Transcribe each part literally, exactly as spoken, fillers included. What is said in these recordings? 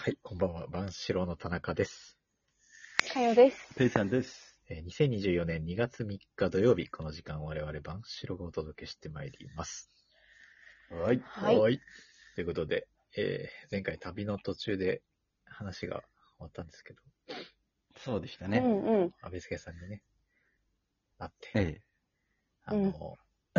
はい、こんばんは。万志郎の田中です。 かよです。 ペイさんです。 えーにせんにじゅうよねんにがつみっか土曜日、この時間我々万志郎がお届けしてまいります。 はい。 はいはい。ということで、えー前回旅の途中で話が終わったんですけど、 そうでしたね。 うんうん。 安倍助さんにね、会って、 ええ。 あの、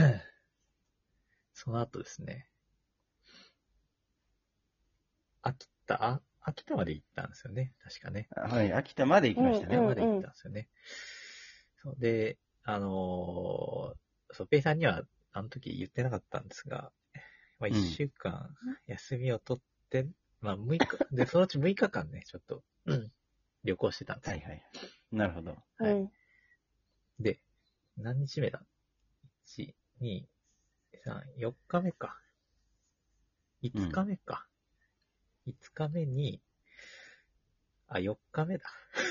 その後ですね、秋田、あ、秋田まで行ったんですよね、確かね。 はい、秋田まで行きましたね。 秋田まで行ったんですよね。そうで、あのーそう、ペイさんにはあの時言ってなかったんですが、まあ、 うんいっしゅうかん休みを取って、まあむいか、で、そのうちむいかかんね、ちょっと、うん、旅行してたんですよ。 はいはい。なるほど。 はい。 うん。 で、何日目だ ?いち、に、さん、よっかめか。いつかめか。いつかめに、あ、よっかめだ。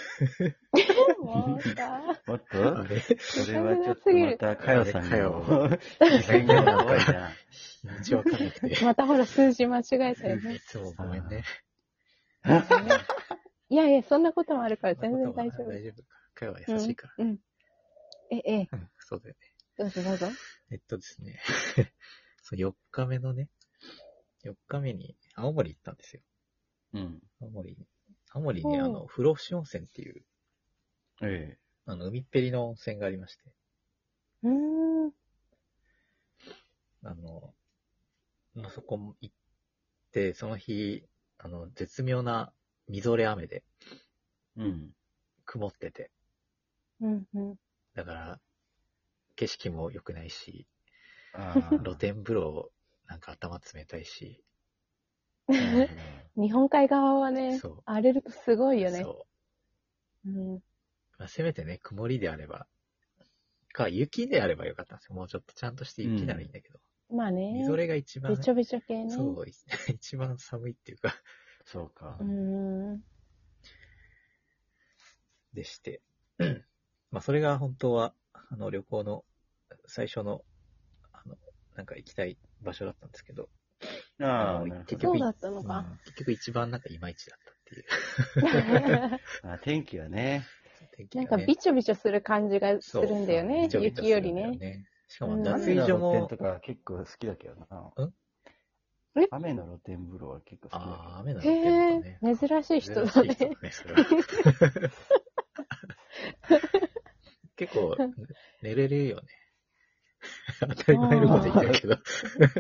もうさ、 おっとあれそれはちょっとまた、かよさんかよの気遣いが多いな。 日にちわかんなくて。 またほら数字間違えたよいね。 つもごめんね。 いやいや、そんなこともあるからそんな全然大丈夫。 ことは大丈夫か。かよは優しいから。 うん。うん、え、え、 うん、そうだよね。 どうぞどうぞ。 えっとですね。そうよっかめのね、よっかめに青森行ったんですよ。 うん。 青森に。青森にうんあの、不老市温泉っていう、 えあの、海っぺりの温泉がありまして、 うーん。 あの、まあそこ行って、その日、あの、絶妙なみぞれ雨でえ。うん。 曇ってて、 うんうん。 だから、景色も良くないし、 ああ。 露天風呂、なんか頭冷たいし、 なる日本海側はねそう、 荒れるとすごいよね。 そう。 うん。 まあ、せめてね、曇りであれば、か、雪であればよかったんですよ。もうちょっとちゃんとして雪ならいいんだけど。 まあね。 みぞれが一番、 べちょべちょ系ね。 そう、一番寒いっていうか、 そうかう。ーん。 でして。まあ、それが本当は、あの、旅行の最初の、あの、なんか行きたい場所だったんですけど、 ああ、 のなるほど。 結局そうだったのか。 うん結局一番なんかいまいちだったっていう。 あ、天気はね。 天気がねなんかビチョビチョする感じがするんだよね。 びちょびちょ雪よりするんだよね。 しかもうん脱雨の露衣所も天、とか結構好きだけどな。 うんえ雨の露天風呂は結構好きだああ、雨なへの天え、 ね。 珍しい人だね。 珍しい人だね、それは。結構、寝れるよね。当たり前のこと言ってるけど。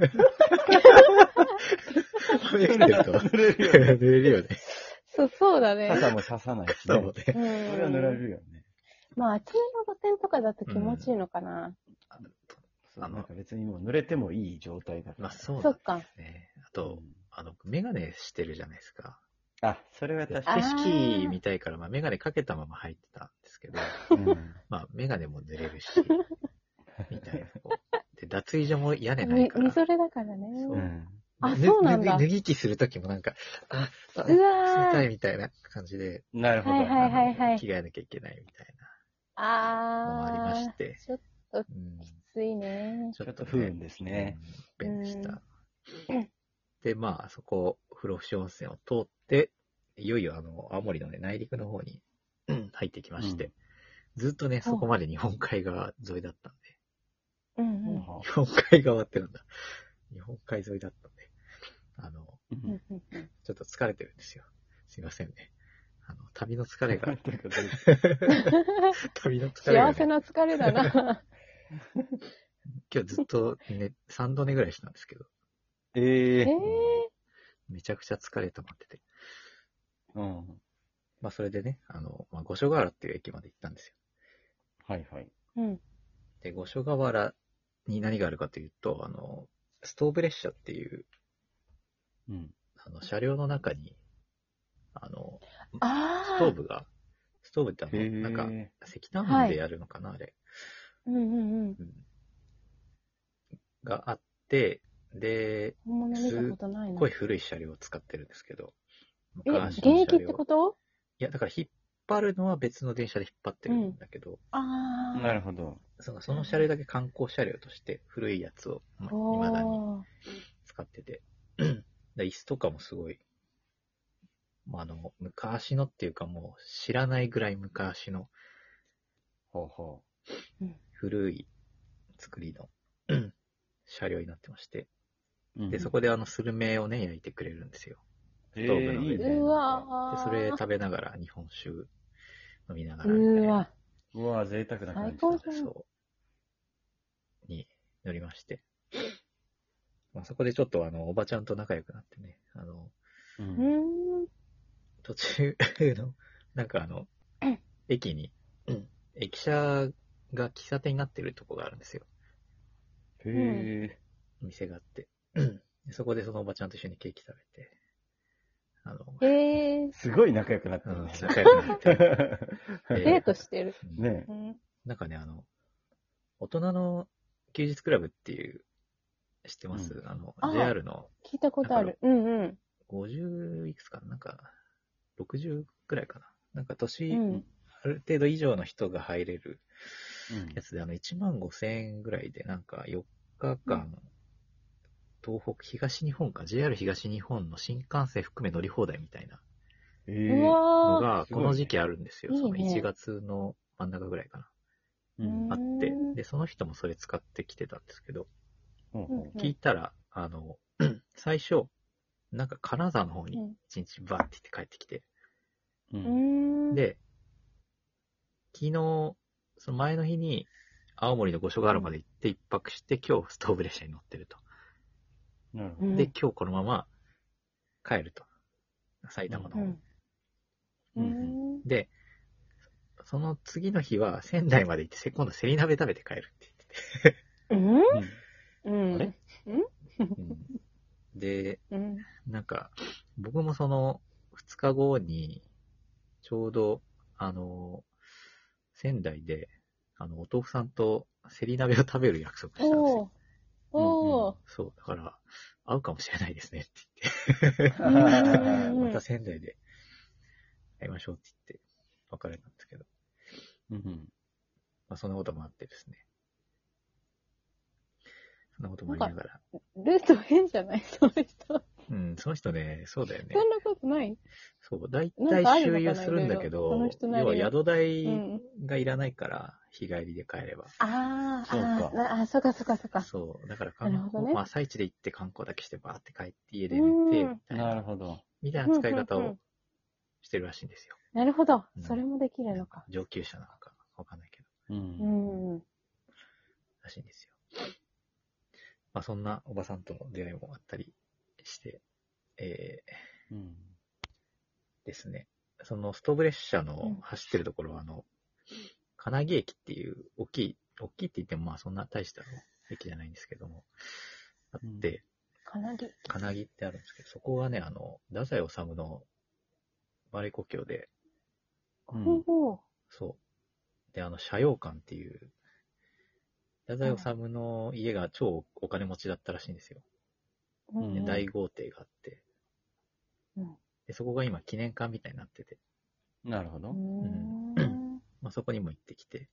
雨降ってると、 濡れるよね。 寝れるよね。 そう、そうだけど。 ね。 傘もささないしね。 そうね。 うそれは濡れん。 るよね。 まあ、厚めの露天とかだと気持ちいいのかな。 そうあのなんか別にもう濡れてもいい状態だから。 まあそうなんそっか。 ですね。あと、 うんあの、メガネしてるじゃないですか。 あ、それは確景かに。 色見たいから、まあメガネかけたまま入ってたんですけど、 うんまあメガネも濡れるし、みたいな。こうで、脱衣所も屋根ないみ、 から。 みぞれだからそうね。 うんあぬそうなんだ脱ぎ脱ぎ着するときもなんか、あ、あうわー冷たいみたいな感じで、 なるほど。 はいはいはいはいあの着替えなきゃいけないみたいあなのもありましー、 て、 ちょっとうん、 きついね。 ちょっと不運ですね。 うん、便でした。 うんで、まあ、そこ、不老不死温泉を通って、いよいよあの、青森のね、内陸の方にうん入ってきまして、ずっとね、 ほうそこまで日本海側沿いだったんで、 うんうん。 は日本海側ってなんだ。日本海沿いだったんで、あの、 うんうんうんうんちょっと疲れてるんですよ。すいませんね。あの、旅の疲れが、 どういうことです旅の疲れが、ね、 幸せな疲れだな。 今日ずっとね、さんど寝ぐらいしたんですけど、 えええー、 めちゃくちゃ疲れ溜まってて。 うん。 まあ、それでね、あの、まあ、五所川原っていう駅まで行ったんですよ。 はいはい。 うん。 で、五所川原に何があるかというと、あの、ストーブ列車っていう、 うん。 あの、車両の中に、あの、 あストーブが、ストーブってあの、 へーなんか、石炭でやるのかな、あれ。 うんうんうん。 うん。があって、で、 本物見たことないなすっごい。古い車両を使ってるんですけど、 え、 昔現役っての車両。 こといや、だから引っ張るのは別の電車で引っ張ってるんだけど、 あー。 なるほど。 そのその車両だけ観光車両として古いやつをま未だにおー。 使ってて、で椅子とかもすごいまあ、あの、昔のっていうかもう知らないぐらい昔のほうほ古い作りの車両になってまして、 う。うんで、そこであの、スルメをね、焼いてくれるんですよ。 へストーブの上でえいいね。 うわで、 ー。 それ食べながら日本酒飲みながらみたいな。 うわ。 うわ、贅沢な感最じだ。 高じゃん。 そう。に乗りまして。まあ、そこでちょっとあの、おばちゃんと仲良くなってね、あの、 う。 うんーん。 途中の、なんかあの、駅に、うん駅舎が喫茶店になってるとこがあるんですよ。 へえ。 お店があって。でそこでそのおばちゃんと一緒にケーキ食べて、あの、 へえ。 すごい仲良くなってうんるね。 仲良くなって。 デートしてる。 うんねうん。 なんかね、あの、大人の休日クラブっていう、知ってます、 うんあの、 あジェイアール の聞いたことある。うんうん。 ごじゅういくつかななんか、ろくじゅうくらいかななんか年、 うん。 ある程度以上の人が入れるうんやつで、あの、いちまんごせんえんぐらいで、なんかよっかかん、東北、東日本か、ジェイアール 東日本の新幹線含め乗り放題みたいなえうえ。 わー。 のが、 すごいねこの時期あるんですよ。 いいねそのいちがつの真ん中ぐらいかな。 うんうあってん。 で、その人もそれ使ってきてたんですけど、 ほうほ聞いたら、あの、最初、なんか金沢の方に一日バーって行って帰ってきて、 う。う。 うんん。 で、昨日、その前の日に青森の五所川原まで行って一泊して、今日ストーブ列車に乗ってると。 なるほど。 うん、 で、今日このまま帰ると。埼玉の方。 うん。ううんん。 で、その次の日は仙台まで行って、今度セリ鍋食べて帰るってうんうん。 うん。 あれ言ってて。うんで、 うん。 なんか、僕もそのふつかごに、ちょうど、あの、仙台で、あの、お豆腐さんとセリ鍋を食べる約束したんですよ。 おー。おー。 そう、だから、会うかもしれないですねって言って、 うんまた仙台で会いましょうって言って、別れたんですけど、 うん。 まあそんなこともあってですね。そんなこともありながら。 ルート変じゃないその人。 うん、その人ね、そうだよね。 そんなことないそう、大なんかあるのかな体周遊するんだけいろいろそのど、 人なりの要は宿代うん。 がいらないから、日帰りで帰れば。 あー、 そうかあーなあ、そうかそうかそうか。 そう、だから観光、 なるほどねまあ朝一で行って観光だけしてバーって帰って家でう寝て、 んみたいな、 なるほど。 みたいな使い方をうんうんうんしてるらしいんですよ。 なるほどう。んそれもできるのか。 上級者なのかわかんないけど、 う。 うんん。 らしいんですよ。まあそんなおばさんとの出会いもあったりして、えー、 うん。 ですね。そのストーブ列車のうん走ってるところは、あの、金木駅っていう、大きい、大きいって言ってもまあそんな大した駅じゃないんですけども、あって、 かなり。 金木ってあるんですけど、そこがね、あの、太宰治の生まれ故郷で、 うんほうほう。 そう。で、あの、斜陽館っていう、太宰治の家が超お金持ちだったらしいんですよ。 うんで大豪邸があって、 うんで、そこが今記念館みたいになってて、 なるほど。 うんまあ、そこにも行ってきて、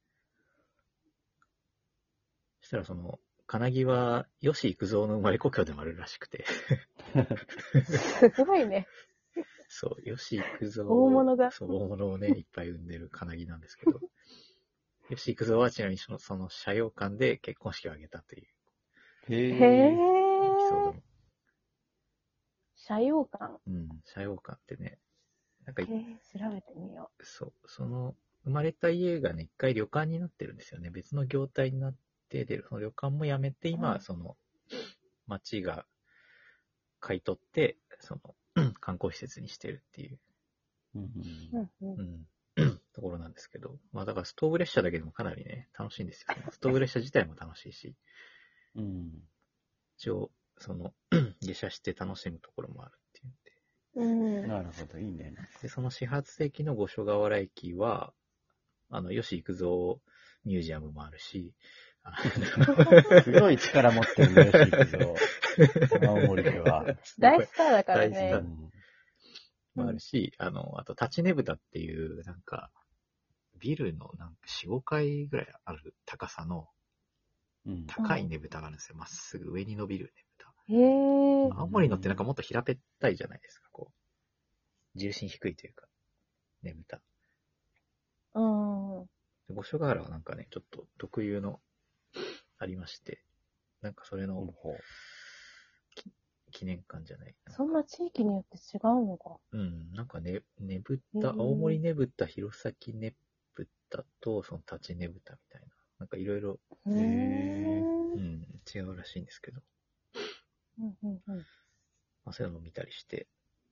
そしたらその、金木は吉幾三の生まれ故郷でもあるらしくて、 すごいね。 そう、吉幾三、 大物がそう、大物をね、いっぱい産んでる金木なんですけど、吉幾三はちなみにその、その斜陽館で結婚式を挙げたというへへえ。 エピソードも、 斜陽館。 うん、斜陽館ってね、なんかへえ、調べてみよそう、その、生まれた家がね、一回旅館になってるんですよね。別の業態になってて、その旅館も辞めて、今はうんその、町が買い取って、その、観光施設にしてるっていう、 うんう。うんうんうん、ところなんですけど、まあだからストーブ列車だけでもかなりね、楽しいんですよ。ストーブ列車自体も楽しいし、 うん。 一応、その、下車して楽しむところもあるっていうんで。 うん。 なるほど、いいね。 で、その始発駅の五所川原駅は、あの、吉幾三ミュージアムもあるし、あすごい力持ってるね、吉幾三。青森では。 大スターだから大スタねー。もあるし、あの、あと、立ちねぶたっていう、なんか、ビルのなんかよん、ごかいぐらいある高さのうん。 高いねぶたがあるんですよ。まっすぐ上に伸びるねぶた。 へえ。 青森のってなんかもっと平べったいじゃないですか、こ重心低いというか、ねぶた。 うん。うん。 で五所川原はなんかね、ちょっと特有のありまして、なんかそれのほうほう。 記念館じゃない。 そんな地域によって違うのか。 うん、なんかね、ねぶへた、 ー青森ねぶた、弘前ねぶたと、その立ちねぶたみたいな。なんかいろいろ、 へへー。 うん、違うらしいんですけど、 うんうんうん。 まあ、そういうのを見たりして、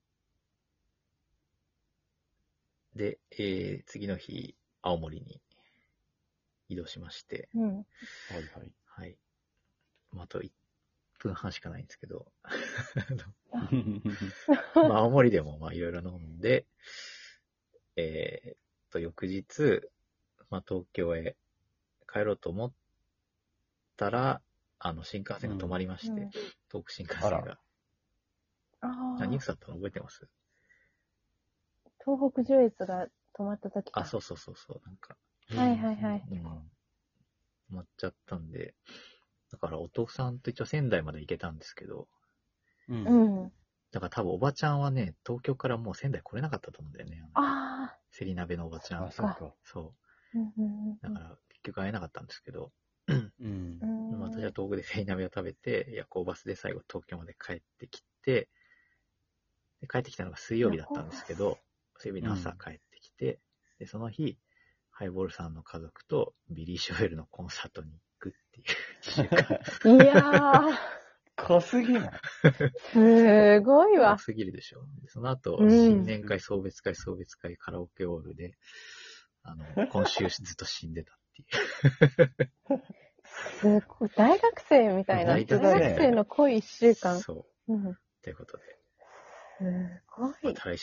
で、えー、次の日、青森に移動しまして、 うん。 はいはい。 はい。まあ、あといっぷんはんしかないんですけど、まあ、青森でもまあいろいろ飲んで、えー、と、翌日、まあ、東京へ帰ろうと思ったら、あの、新幹線が止まりまして、 うん東北新幹線あが。 ああ、ニューあ、 スだったの覚えてます？ 東北上越が止まった時か。 あ、そうそうそうそう、なんか、 はいはいはい。 うん、止まっちゃったんで、だからお父さんと一応仙台まで行けたんですけど、 う。 うんん。 だから多分おばちゃんはね、東京からもう仙台来れなかったと思うんだよね。 ああ。 セリ鍋のおばちゃん。 あ、そうか。 そう。 うんうんうんだから結局会えなかったんですけど、 うんう。ん。 私は東北でセリ鍋を食べて、夜行バスで最後東京まで帰ってきて、で帰ってきたのが水曜日だったんですけど、水曜日の朝帰ってきて、で、その日、ハイボールさんの家族とビリー・ショエルのコンサートに行くっていう一週間。 いやー、 濃すぎない？ すごい多わ。 すぎるでしょ。でその後、 うん新年会、送別会、送別会、カラオケオールで、あの、今週ずっと死んでたっていう。 すごい。大学生みたいな。大大学生学生の濃い一週間。 そうん。 う。ということで、 すごい。 また来週